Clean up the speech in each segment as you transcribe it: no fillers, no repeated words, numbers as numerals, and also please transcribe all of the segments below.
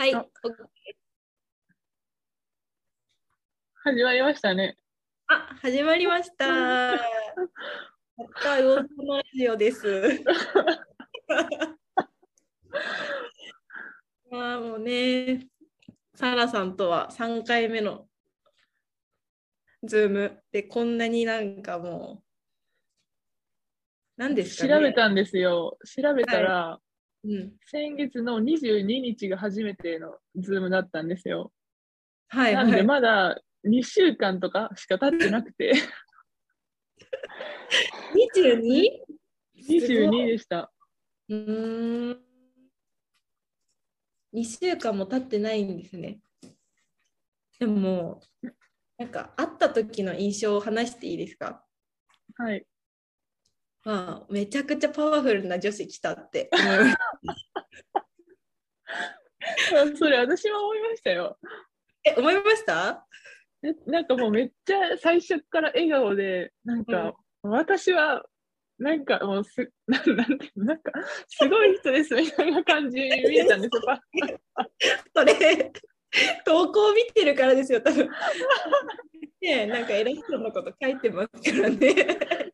はい。 あ、始まりましたね。 始まりました。やった、魚座のラジオです。もうね、サラさんとは3回目のズームで、こんなになんかもう、何ですか調べね。 たんですよ。調べたはい。 ら、 うん。 先月の22日が初めてのズームだったんですよ。なんで、 はいはい。 まだ2週間とかしか経ってなくて、 22? すごい。 22でした。 うーん。2週間も経ってないんですね。でも、なんか会った時の印象を話していいですか？ はい。 めちゃくちゃパワフルな女子来たって思いました。 それ、私も思いましたよ。 思いました？ なんかもうめっちゃ最初から笑顔で、なんうん。 か、私は、なんかもうなんていうの、なんか、すごい人ですみたいな感じに見えたんですよ。 それ、投稿見てるからですよ、多分。ね、なんか偉そうなこと書いてますからね。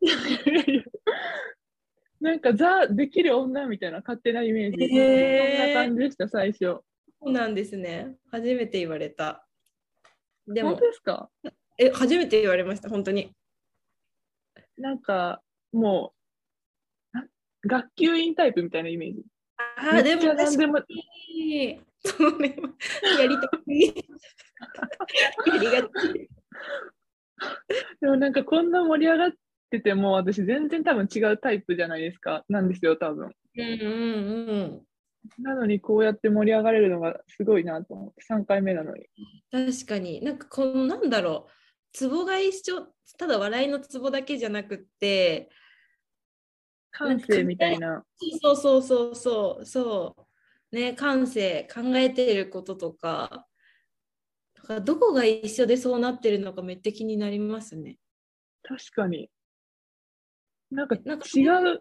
なんかザ・できる女みたいな勝手なイメージ。そんな感じでした、最初。 そうなんですね。初めて言われた。で本当でも、 すか？ 初めて言われました、本当に。 なんか、もう、学級委員タイプみたいなイメージ。めっちでも確かゃ何でも、 に、それはやりたい。やりがち。 でもなんかこんな盛り上がってても、私全然多分違うタイプじゃないですか。なんですよ、多分。 うんうんうん。 なのにこうやって盛り上がれるのがすごいなと思って、3回目なのに。 確かに、なんかこの、なんだろう、ツボが一緒、ただ笑いのツボだけじゃなくって、なんか考感性みたいな。 そうそうそうそうそうね、感性考えていることとか、だからどこが一緒でそうなってるのかめっちゃ気になりますね。 確かに。なんかなんか違う。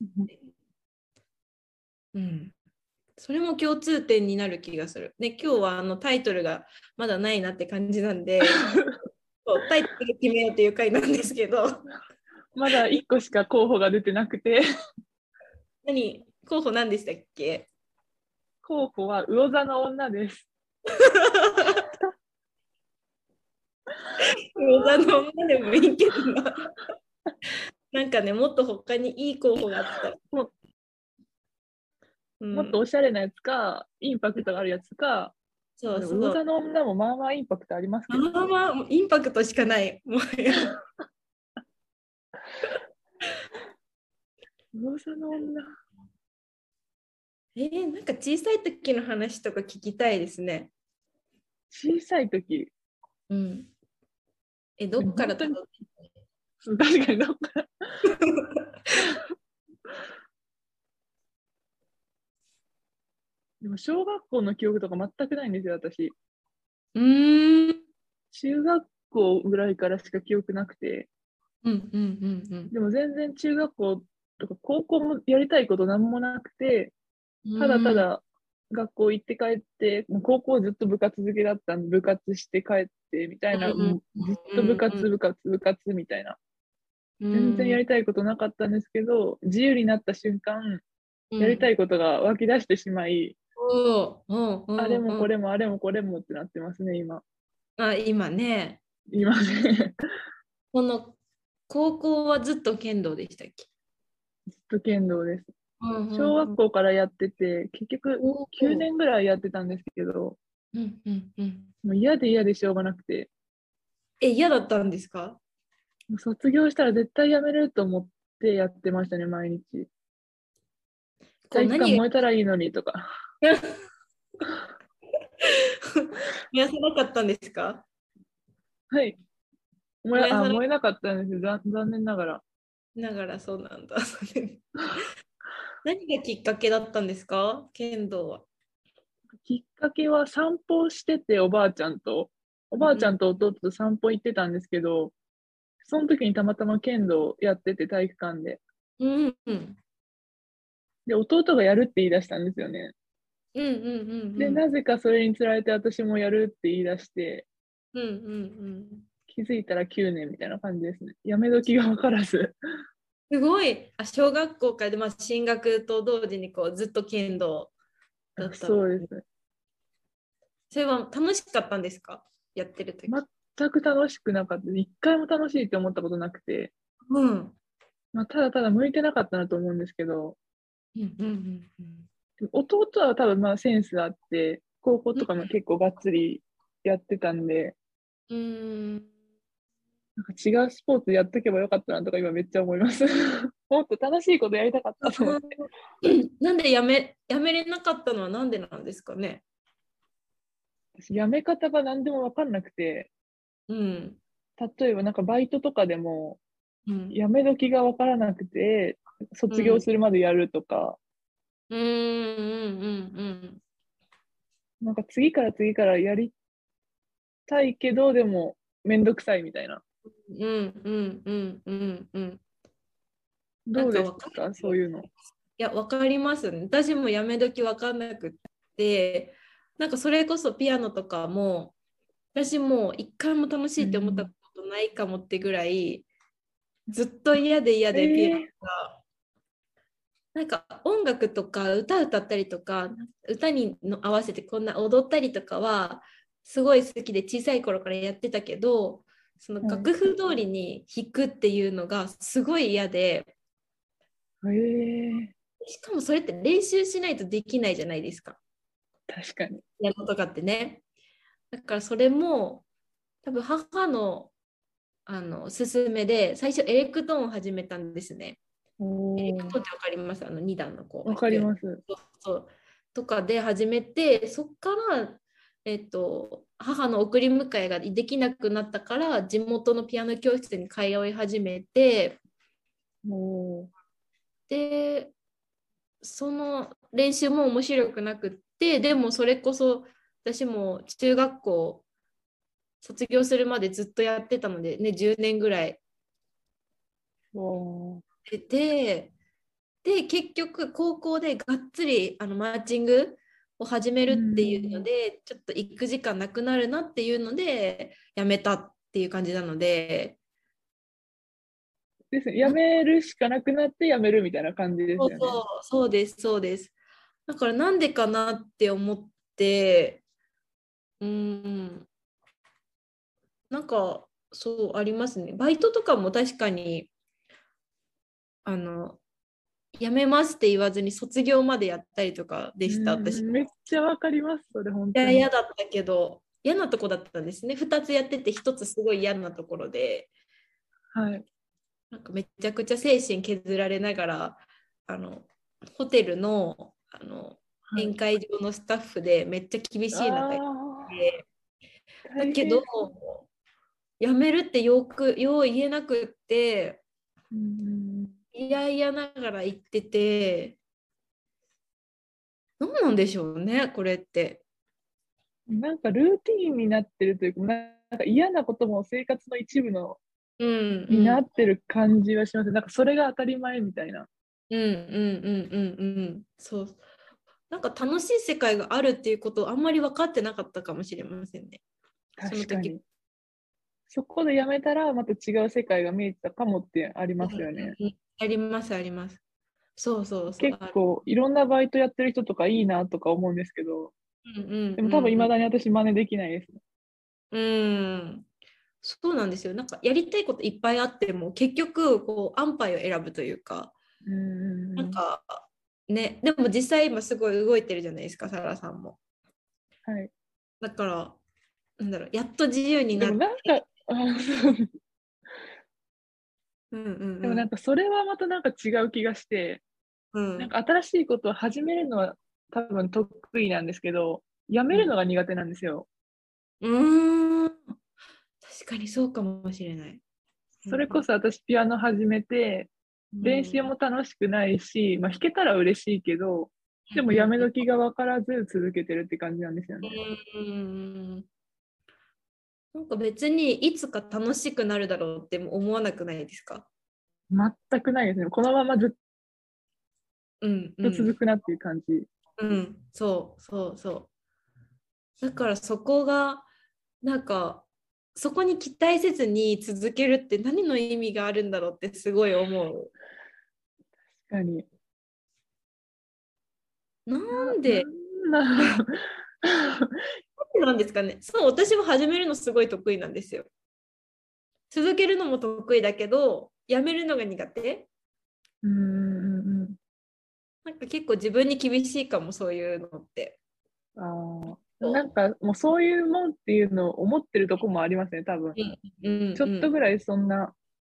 うん、それも共通点になる気がする。ね、今日はタイトルがまだないなって感じなんで、そうタイトル決めようっていう回なんですけど、 まだ1個しか候補が出てなくて、 候補何でしたっけ？ 候補は魚座の女です。 魚座の女でもいいけどな。なんかね、もっと他にいい候補があったら。 ももっとうん、 おしゃれなやつか、インパクトがあるやつか、でも魚そうそう。 座の女もまあまあインパクトありますけどね。 もうインパクトしかない。もう魚座の女。 なんか小さい時の話とか聞きたいですね。 小さい時、 うん。どでもっから本当に、 辿って。 確かにどっか、でも小学校の記憶とか全くないんですよ、私。 うーん。 中学校ぐらいからしか記憶なくて、 うんうんうんでも全然中学校とか高校もやりたいことなんもなくて、 うん。 ただたうーん。 だ学校行って帰って、もう高校ずっと部活漬けだったんで、部活して帰ってみたいな、 うんもうずっと部うんうん活部活部活みたいな。 う全然やんりたいことなかったんですけど、自由になった瞬間、やりたうん。 いことが湧き出してしまい、 おーうんあれもうんうん。 これもあれもこれもってなってますね、今。 今ね、 今ね。 この高校はずっと剣道でしたっけ？ ずっと剣道です。 うんう小学んうん。 校からやってて、結局お 9 ー年ぐらいやってたんですけど、 うんうんうん。 もう嫌で嫌でしょうがなくて、 嫌だったんですか？ もう卒業したら絶対やめると思ってやってましたね、毎日。体育館何が燃えたらいいのにとか。 燃やさなかったんですか？ はい。 燃やさな燃えなかったんですよ。残念ながら。 ながらそうなんだ。何がきっかけだったんですか、剣道は。 きっかけは散歩してて、おばあちゃんうんと弟と散歩行ってたんですけど、その時にたまたま剣道やってて、体育館で。 うんうん。 で、弟がやるって言い出したんですよね。 うんうんうんで、 うん。 なぜかそれにつられて私もやるって言い出して、 うんうんうん。 気づいたら9年みたいな感じですね。やめ時が分からず。 すごい。小学校からで、まあ、進学と同時にこうずっと剣道だったの。 そうです。 それは楽しかったんですか？やってる時。 全く楽しくなかった。一回も楽しいって思ったことなくて、 うん。 まあ、ただただ向いてなかったなと思うんですけど、 うんうんうん弟は多分まあセンスあって、高校うん。 とかも結構がっつりやってたんで、 うん。 なんか違うスポーツやっとけばよかったなとか今めっちゃ思います。もっと楽しいことやりたかったと思って。 なんでやめれなかったのはなんでなんですかね？ 私、やめ方が何でもわかんなくて、 うん。 例えばなんかバイトとかでも、 うん。 やめ時がわからなくて、 うん。 卒業するまでやるとか、 うんうんうんなんか次から次からやりたいけど、でもめんどくさいみたいな。 うんうんうんうんうん。なんどうですかわかるかそうよ。 いうの。 いや、わかりますね。私もやめ時わかんなくって、なんかそれこそピアノとかも、私もう一回も楽しいって思ったうん。 ことないかもってぐらい、ずっと嫌で嫌でピアノええが。なんか音楽とか歌ったりとか、歌にの合わせてこんな踊ったりとかは、すごい好きで小さい頃からやってたけど、そのはい。 楽譜通りに弾くっていうのがすごい嫌で、 ええしかもそれって練習しないとできないじゃないですか。 確かに。 ピアノとかってね。だからそれも多分母の、勧めで最初エレクトーンを始めたんですね。エレクおー、 トーンってわかります？2段のこわういうかります。 そうそうとかで始めて、そっから、母の送り迎えができなくなったから地元のピアノ教室に通い始めて、 おー、 でその練習も面白くなくって、でもそれこそ私も中学校卒業するまでずっとやってたので、ね、10年ぐらいおー、 出て、で結局高校でがっつりマーチングを始めうるっていうのん。 で、ちょっと行く時間なくなるなっていうのでやめたっていう感じなので、 ですね。やめるしかなくなってやめるみたいな感じですよね。 そうです、そうです。だからなんでかなって思って、うーん、なんかそうありますね。バイトとかも確かに、あの、辞めますって言わずに卒業までやったりとかでうした、私。いん、めっちゃわかります。それ、本や、 当に。 嫌だったけど、嫌なとこだったんですね。2つやってて、1つすごい嫌なところで、 はい。 なんかめちゃくちゃ精神削られながら、あの、ホテルの、 はい。 宴会場のスタッフでめっちゃ厳しい中やっあて、 あ、 だけど、 大変。 辞めるってよう言えなくって、 うん、 いやいやながら言ってて、何なんでしょうね、これって。 なんかルーティーンになってるというか、なんか嫌なことも生活の一部のうんになうんってる感じはします。なんかそれが当たり前みたいな。 うんうんうんうんうん。そう。なんか楽しい世界があるっていうことをあんまり分かってなかったかもしれませんね。その時。 確かに。そこでやめたらまた違う世界が見えてたかもってありうんうんますよね。 うん。あります、あります。そうそうそう。 結構いろんなバイトやってる人とかいいなとか思うんですけど、 うんうんでも多分うん未だに私真似できないですね。 うん。うん。そうなんですよ。なんかやりたいこといっぱいあっても、結局、こう、安牌を選ぶというか、 うんうんうん。 なんか、ね、でも実際今すごい動いてるじゃないですか、サラさんも。 はい。 だから、なんだろう、やっと自由にでなって、 もなんか、そううんうんでもなんうん。 かそれはまたなんか違う気がして、 うん。 なんか新しいことを始めるのは多分得意なんですけど、やめるのうん。 が苦手なんですよ。 うーん。確かにそうかもしれない。うそれこんそ私ピアノ始めて、 うん。 練習も楽しくないし、まあ、弾けたら嬉しいけど、でもやめうんうん時が分からず続けてるって感じなんですよね。 うんうん。なんか別にいつか楽しくなるだろうって思わなくないですか？ 全くないですね。このままずっうんうと続ん。 くなっていう感じ。 うん、そうそうそう。だからそこが、なんか、そこに期待せずに続けるって何の意味があるんだろうってすごい思う。 確かに。 なんで、 なんだろう。 なんですかね。そう、私も始めるのすごい得意なんですよ。続けるのも得意だけど、やめるのが苦手。 うんうんうん。 なんか結構自分に厳しいかも、そういうのって。 ああ、 そなんかもうそういうもんっていうのを思ってるとこもありますね、多分。 う。うんちょうん。 っとぐらいそんな、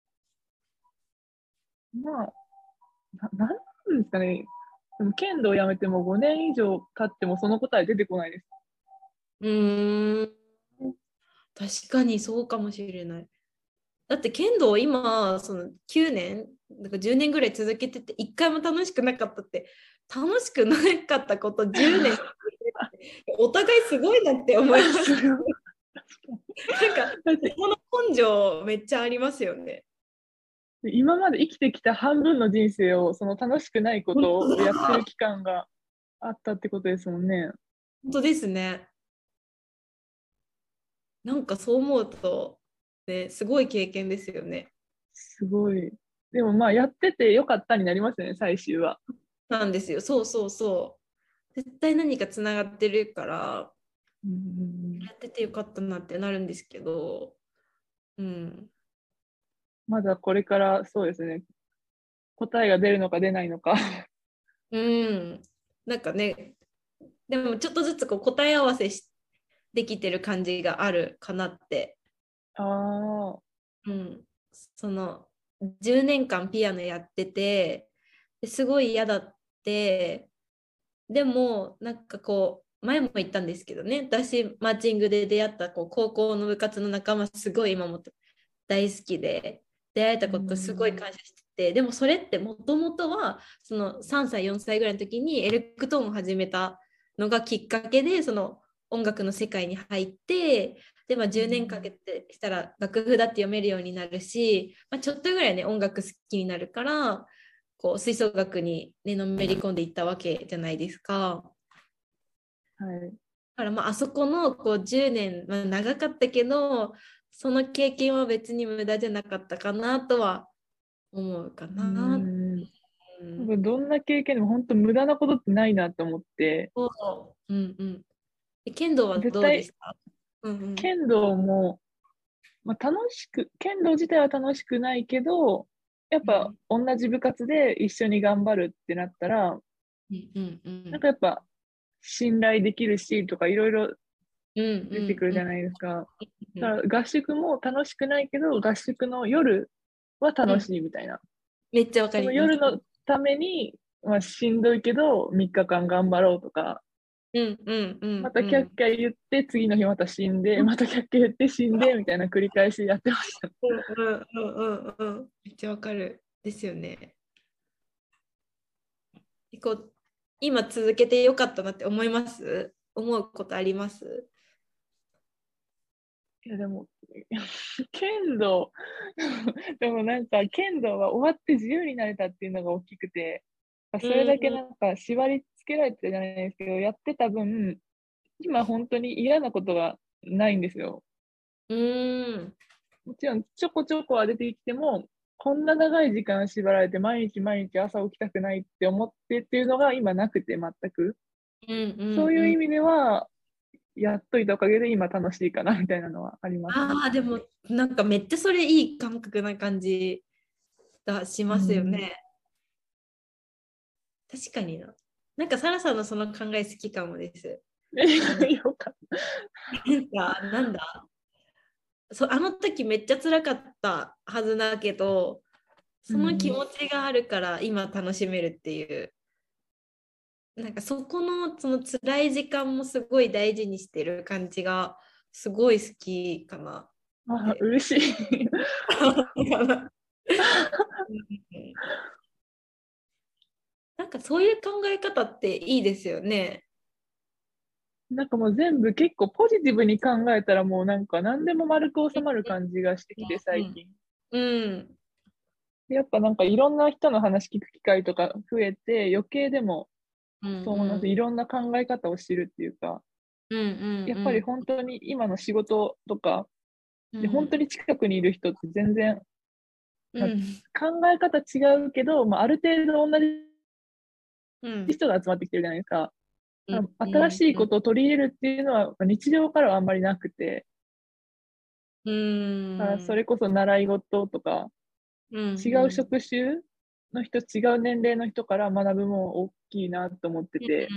まあ、なんですかね。でも剣道をやめても5年以上経ってもその答え出てこないです。 うーん。確かにそうかもしれない。だって剣道今その9年なんか10年ぐらい続けてて一回も楽しくなかったって、楽しくなかったこと10年お互いすごいなって思います。 すごい。 なんかだってこの根性めっちゃありますよね。 今まで生きてきた半分の人生をその楽しくないこ本当とをやってるだ。 期間があったってことですもんね。 本当ですね。なんかそう思うと、ね、すごい経験ですよね。 すごい。でもまあやっててよかったになりますね、最終は。 なんですよ。そうそうそう。絶対何かつながってるから、 うん、 やっててよかったなってなるんですけど、うん。 まだこれからそうですね、答えが出るのか出ないのか。 うん。なんかね、でもちょっとずつこう答え合わせできてる感じがあるかなって。 ああ、 うん。その10年間ピアノやってて、ですごい嫌だって、でもなんかこう、前も言ったんですけどね、私マーチングで出会ったこう高校の部活の仲間すごい今も大好きで、出会えたうことすごいん、 感謝してて、でもそれってもともとはその3歳4歳ぐらいの時にエレクトーンを始めたのがきっかけで、その音楽の世界に入って、で、まあ、10年かけてしたら楽譜だって読めるようになるし、まあ、ちょっとぐらいね音楽好きになるから、こう吹奏楽に、ね、のめり込んでいったわけじゃないですか。 はい。 だからまああそこのこう10年、まあ、長かったけど、その経験は別に無駄じゃなかったかなとは思うかうな。 ん、 うん、 多分どんな経験でも本当無駄なことってないなと思って、 そう。うんうん。剣道は絶対どうでした？うんうん。 剣道も、まあ、剣道自体は楽しくないけど、やっぱうん同じ部活で一緒に頑張るってなったら、 うんうんうんなんかやっぱ信頼できるしとかいろいろうん出てくるうんじゃないですか。 うんだから合宿も楽しくないけど、合宿の夜は楽うん。 しいみたいな。 めっちゃわかそのります。 夜のために、まあ、しんどいけど3日間頑張ろうとか、 うんうんうまたキャッんうん。 キャ言って、次の日また死んで、またキャッキャ言って死んで、みたいな繰り返しやってました。 うんうんうんうんうん。めっちゃわかる。ですよね。こう今続けてよかったなって思います？思うことあります？ いや、でも、剣道、でもなんか、剣道は終わって自由になれたっていうのが大きくて、それだけうんなんか縛り付けられてたじゃないですけど、やってた分、今本当に嫌なことがないんですよ。 うんもちろんちょこちょこは出てきても、こんな長い時間縛られて毎日毎日朝起きたくないって思ってっていうのが今なくて全く。 うんうんうん。 そういう意味では、やっといたおかげで今楽しいかなみたいなのはありますね。 ああ、でもなんかめっちゃそれいい感覚な感じがしますようん。 ね。確かにな。なんかサラさんのその考え好きかもです。あの、 よかった。 なんか、なんだあの時めっちゃ辛かったはずだけど、その気うん。 持ちがあるから今楽しめるっていう、なんかそこのその辛い時間もすごい大事にしてる感じがすごい好きかなっあ、 て。 嬉しい。 なんかそういう考え方っていいですよね。 なんかもう全部結構ポジティブに考えたらもうなんか何でも丸く収まる感じがしてきてうん。 最近。 うん。 やっぱなんかいろんな人の話聞く機会とか増えて余計でもそう思います。いろんな考え方を知るっていうか、やっぱり本当に今の仕事とか、で本当に近くにいる人って全然、考え方違うけど、ある程度同じ人が集まってきてるじゃないですか。新しいことを取り入れるっていうのは日常からはあんまりなくて、それこそ習い事とか、違う職種の人、違う年齢の人から学ぶも大きいなと思ってて、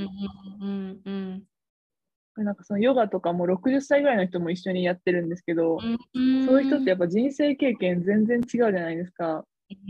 なんかそのヨガとかも60歳ぐらいの人も一緒にやってるんですけど、そういう人ってやっぱ人生経験全然違うじゃないですか。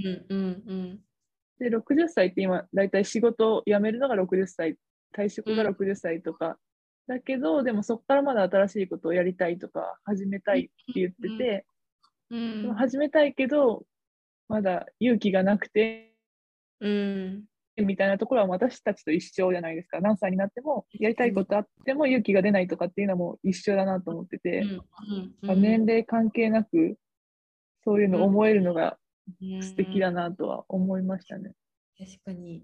で、60歳って今、だいたい仕事を辞めるのが60歳、退職が60歳とか、だけど、でもそこからまだ新しいことをやりたいとか、始めたいって言ってて、でも始めたいけど、まだ勇気がなくて、みたいなところは私たちと一緒じゃないですか。何歳になっても、やりたいことあっても勇気が出ないとかっていうのも一緒だなと思ってて、年齢関係なく、そういうの思えるのが素敵だなとは思いましたね。 確かに。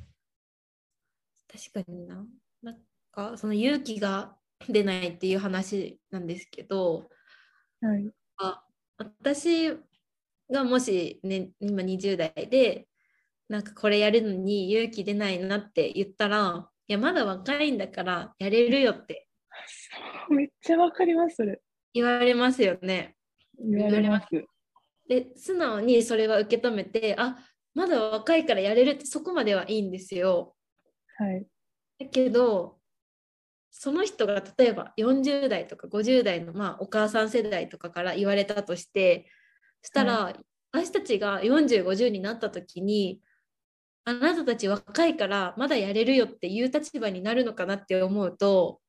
確かにな。なんか、その勇気が出ないっていう話なんですけど、 はい、 私がもし、ね、今20代で、なんかこれやるのに勇気出ないなって言ったら、いや、まだ若いんだからやれるよってめっちゃわかります、それ。 言われますよね。 言われます。 で、素直にそれは受け止めて、あ、まだ若いからやれるってそこまではいいんですよ。 はい。 だけど、その人が例えば40代とか50代の、お母さん世代とかから言われたとして、そしたら、私たちが40、50になった時に、あなたたち若いからまだやれるよっていう立場になるのかなって思うと、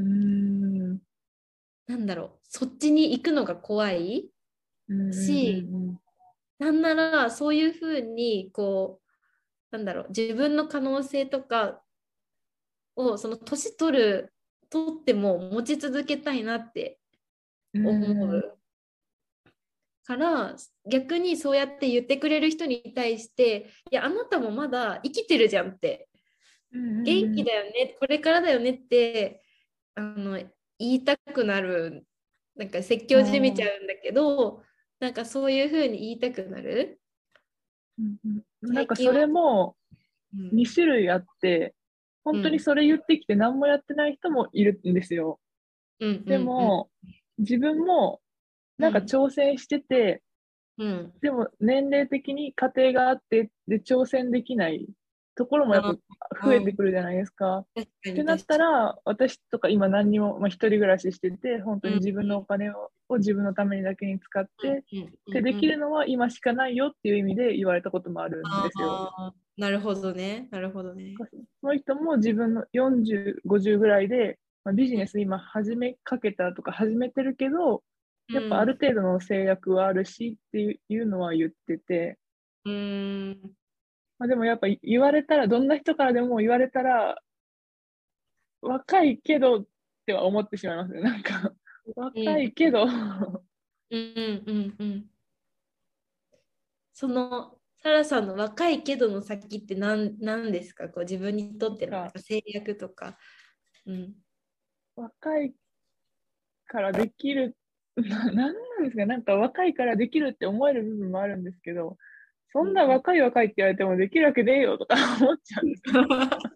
なんだろう、そっちに行くのが怖いし、なんならそういうふうにこう、なんだろう、自分の可能性とかをその年取っても持ち続けたいなって思うから、逆にそうやって言ってくれる人に対して、いや、あなたもまだ生きてるじゃんって、元気だよね、これからだよねって言いたくなる、なんか説教じみちゃうんだけど、なんかそういうふうに言いたくなる。 なんかそれも2種類あって、本当にそれ言ってきて何もやってない人もいるんですよ。でも、自分もなんか挑戦してて、でも年齢的に家庭があって、で挑戦できないところもやっぱ増えてくるじゃないですか。ってなったら、私とか今何にも、一人暮らししてて、本当に自分のお金を自分のためにだけに使って、でできるのは今しかないよっていう意味で言われたこともあるんですよ。 なるほどね。なるほどね。 その人も自分の40、50ぐらいで、ビジネス今始めかけたとか始めてるけど、やっぱある程度の制約はあるしっていうのは言ってて、でもやっぱ言われたら、どんな人からでも言われたら、若いけどっては思ってしまいますね。なんか、若いけどその、サラさんの若いけどの先って何ですか、こう自分にとってのなんか制約とか。 若いからできる、なんなんですか、なんか若いからできるって思える部分もあるんですけど、そんな若いって言われてもできるわけねえよとか思っちゃうんですよ。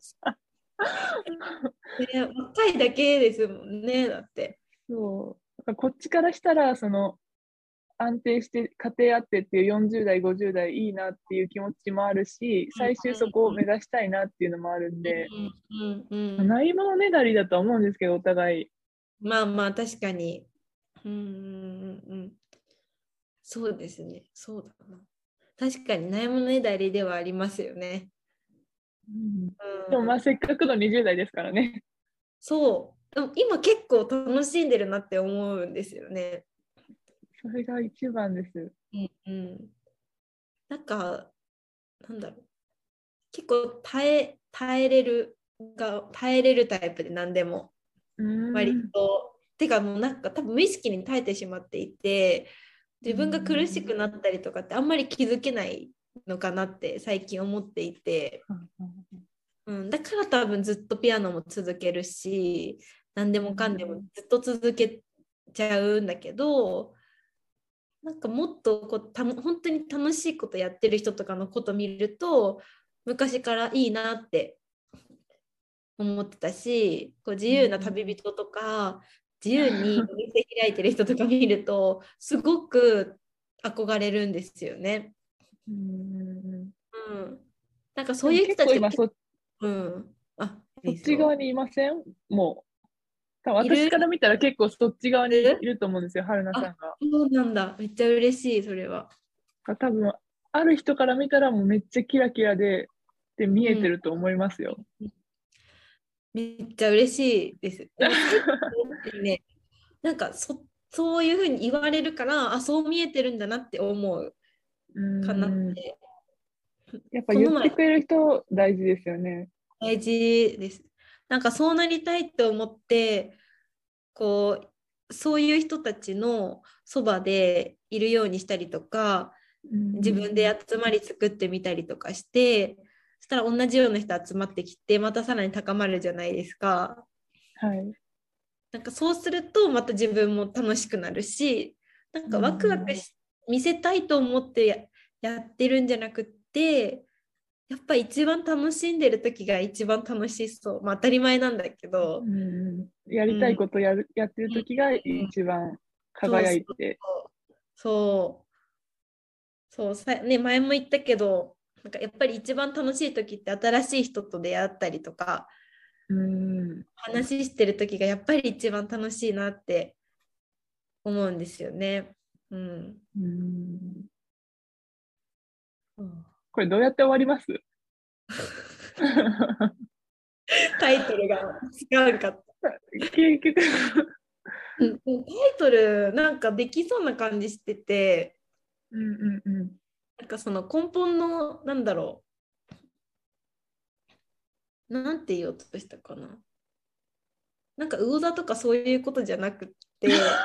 若いだけですもんね、だって。 そう。こっちからしたら、その、安定して家庭あってっていう40代、50代いいなっていう気持ちもあるし、最終そこを目指したいなっていうのもあるんで、ないものねだりだと思うんですけど、お互い。 確かに。そうですね。そうだな。確かにないものねだりではありますよね。 でもせっかくの20代ですからね。 そう。でも今結構楽しんでるなって思うんですよね。 それが一番です。 なんか、なんだろう。結構耐えれるタイプで何でも。割と。てかもうなんか多分無意識に耐えてしまっていて、自分が苦しくなったりとかってあんまり気づけないのかなって最近思っていて。 だから多分ずっとピアノも続けるし、何でもかんでもずっと続けちゃうんだけど、なんかもっと本当に楽しいことやってる人とかのこと見ると、昔からいいなって思ってたし、自由な旅人とか、自由にお店開いてる人とか見ると、すごく憧れるんですよね。なんかそういう人たち結構今そっち側にいません？もう。多分私から見たら結構そっち側にいると思うんですよ、春菜さんが。 そうなんだ。めっちゃ嬉しい、それは。 多分、ある人から見たらもうめっちゃキラキラで見えてると思いますよ。 めっちゃ嬉しいです。でも最近ね、なんかそういうふうに言われるから、そう見えてるんだなって思うかなって。 やっぱ言ってくれる人大事ですよね。 大事です。なんかそうなりたいと思って、そういう人たちのそばでいるようにしたりとか、自分で集まり作ってみたりとかして、そしたら同じような人集まってきて、またさらに高まるじゃないですか。 はい。 なんかそうするとまた自分も楽しくなるし、なんかワクワク見せたいと思ってやってるんじゃなくって、やっぱ一番楽しんでる時が一番楽しそう。当たり前なんだけど。 やりたいことやってる時が一番輝いて。 ね、前も言ったけど、なんかやっぱり一番楽しい時って新しい人と出会ったりとか、話してる時がやっぱり一番楽しいなって思うんですよね。 これどうやって終わります？ タイトルが違うかった。 結局タイトルなんかできそうな感じしてて、なんかその根本のなんだろう、なんて言おうとしたかな。なんか魚座とかそういうことじゃなくて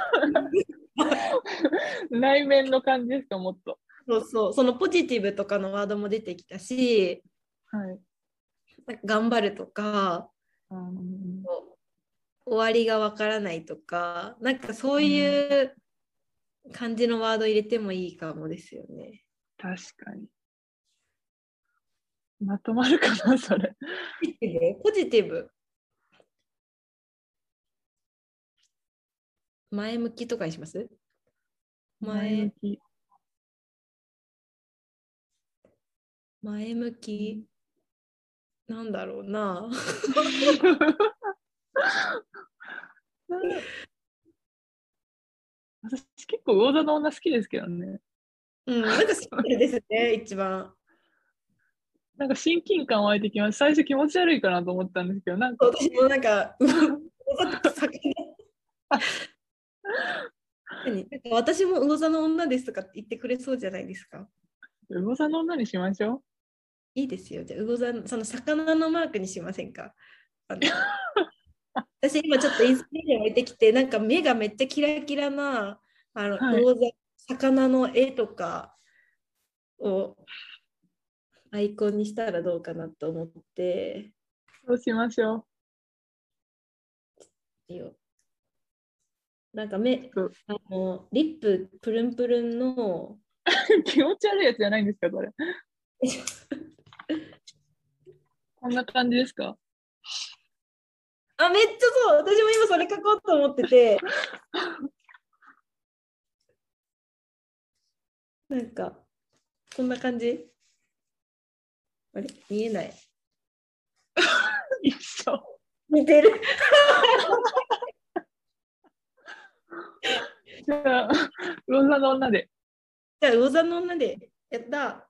内面の感じですか、もっと。 そのポジティブとかのワードも出てきたし、 はい、 なんか頑張るとか、終わりがわからないとか、なんかそういう感じのワード入れてもいいかもですよね。 確かに。まとまるかな、それ。 ポジティブ。前向きとかにします？ 前向き。 前向き。なんだろうな。 私結構魚座の女好きですけどね。 なんかシンプルですね、一番。 なんか親近感湧いてきます。最初気持ち悪いかなと思ったんですけど、なんか。 私もなんか、私も魚座の女ですとかって言ってくれそうじゃないですか。 魚座の女にしましょう。 いいですよ。じゃあ、魚座、その魚のマークにしませんか？私今ちょっとインスピレーション置いてきて、なんか目がめっちゃキラキラな、魚座、魚の絵とかをアイコンにしたらどうかなと思って。 そうしましょう。なんかリッププルンプルンの気持ち悪いやつじゃないんですか、これ。こんな感じですか？ めっちゃそう。私も今それ書こうと思ってて。なんか、こんな感じ？あれ見えない。 一緒。 似てる。 じゃあ、魚座の女で。 じゃあ、魚座の女で。やった。